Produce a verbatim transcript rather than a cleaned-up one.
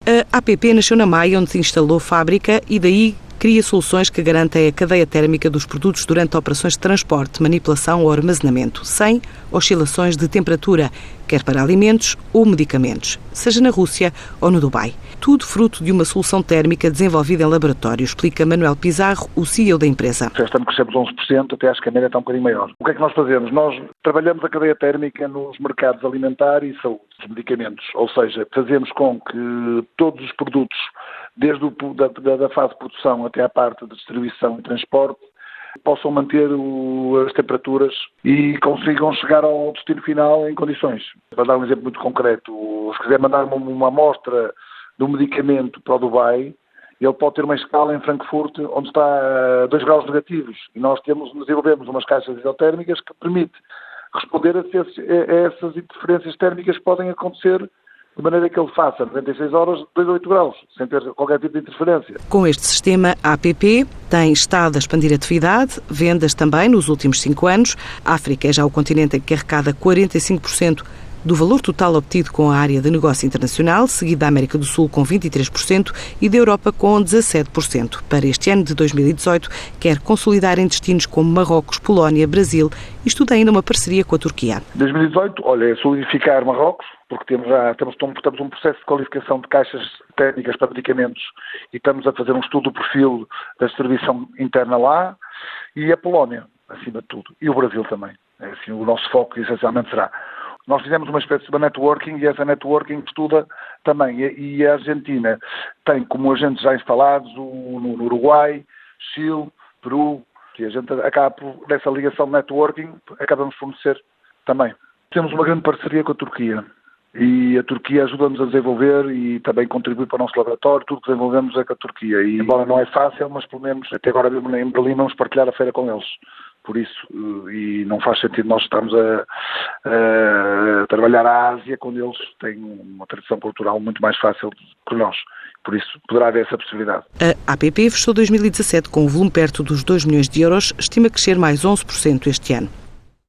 A APP nasceu na Maia, onde se instalou fábrica e daí cria soluções que garantem a cadeia térmica dos produtos durante operações de transporte, manipulação ou armazenamento, sem oscilações de temperatura, quer para alimentos ou medicamentos, seja na Rússia ou no Dubai. Tudo fruto de uma solução térmica desenvolvida em laboratório, explica Manuel Pizarro, o C E O da empresa. Este ano crescemos onze por cento, até acho que a média está um bocadinho maior. O que é que nós fazemos? Nós trabalhamos a cadeia térmica nos mercados alimentar e saúde, dos medicamentos, ou seja, fazemos com que todos os produtos, desde o, da, da fase de produção até à parte de distribuição e transporte, possam manter o, as temperaturas e consigam chegar ao destino final em condições. Para dar um exemplo muito concreto, se quiser mandar uma, uma amostra de um medicamento para o Dubai, ele pode ter uma escala em Frankfurt onde está a dois graus negativos. E nós temos, desenvolvemos umas caixas isotérmicas que permite responder a, esses, a essas interferências térmicas que podem acontecer de maneira que ele faça noventa e seis horas, dois a oito graus, sem ter qualquer tipo de interferência. Com este sistema, a APP tem estado a expandir a atividade, vendas também nos últimos cinco anos. A África é já o continente em que arrecada quarenta e cinco por cento do valor total obtido com a área de negócio internacional, seguido da América do Sul com vinte e três por cento e da Europa com dezassete por cento. Para este ano de dois mil e dezoito, quer consolidar em destinos como Marrocos, Polónia, Brasil e estuda ainda uma parceria com a Turquia. dois mil e dezoito, olha, é solidificar Marrocos, porque temos já temos, temos um processo de qualificação de caixas técnicas para medicamentos e estamos a fazer um estudo do perfil da distribuição interna lá, e a Polónia, acima de tudo, e o Brasil também. É assim, o nosso foco essencialmente será. Nós fizemos uma espécie de networking e essa networking estuda também. E a Argentina tem como agentes já instalados o, no Uruguai, Chile, Peru, e a gente acaba por, nessa ligação de networking, acabamos de fornecer também. Temos uma grande parceria com a Turquia e a Turquia ajuda-nos a desenvolver e também contribui para o nosso laboratório. Tudo que desenvolvemos é com a Turquia. E embora não é fácil, mas pelo menos até agora mesmo em Berlim vamos partilhar a feira com eles. Por isso, e não faz sentido nós estarmos a, a trabalhar a Ásia quando eles têm uma tradição cultural muito mais fácil que nós. Por isso, poderá haver essa possibilidade. A APP fechou dois mil e dezassete com um volume perto dos dois milhões de euros, estima crescer mais onze por cento este ano.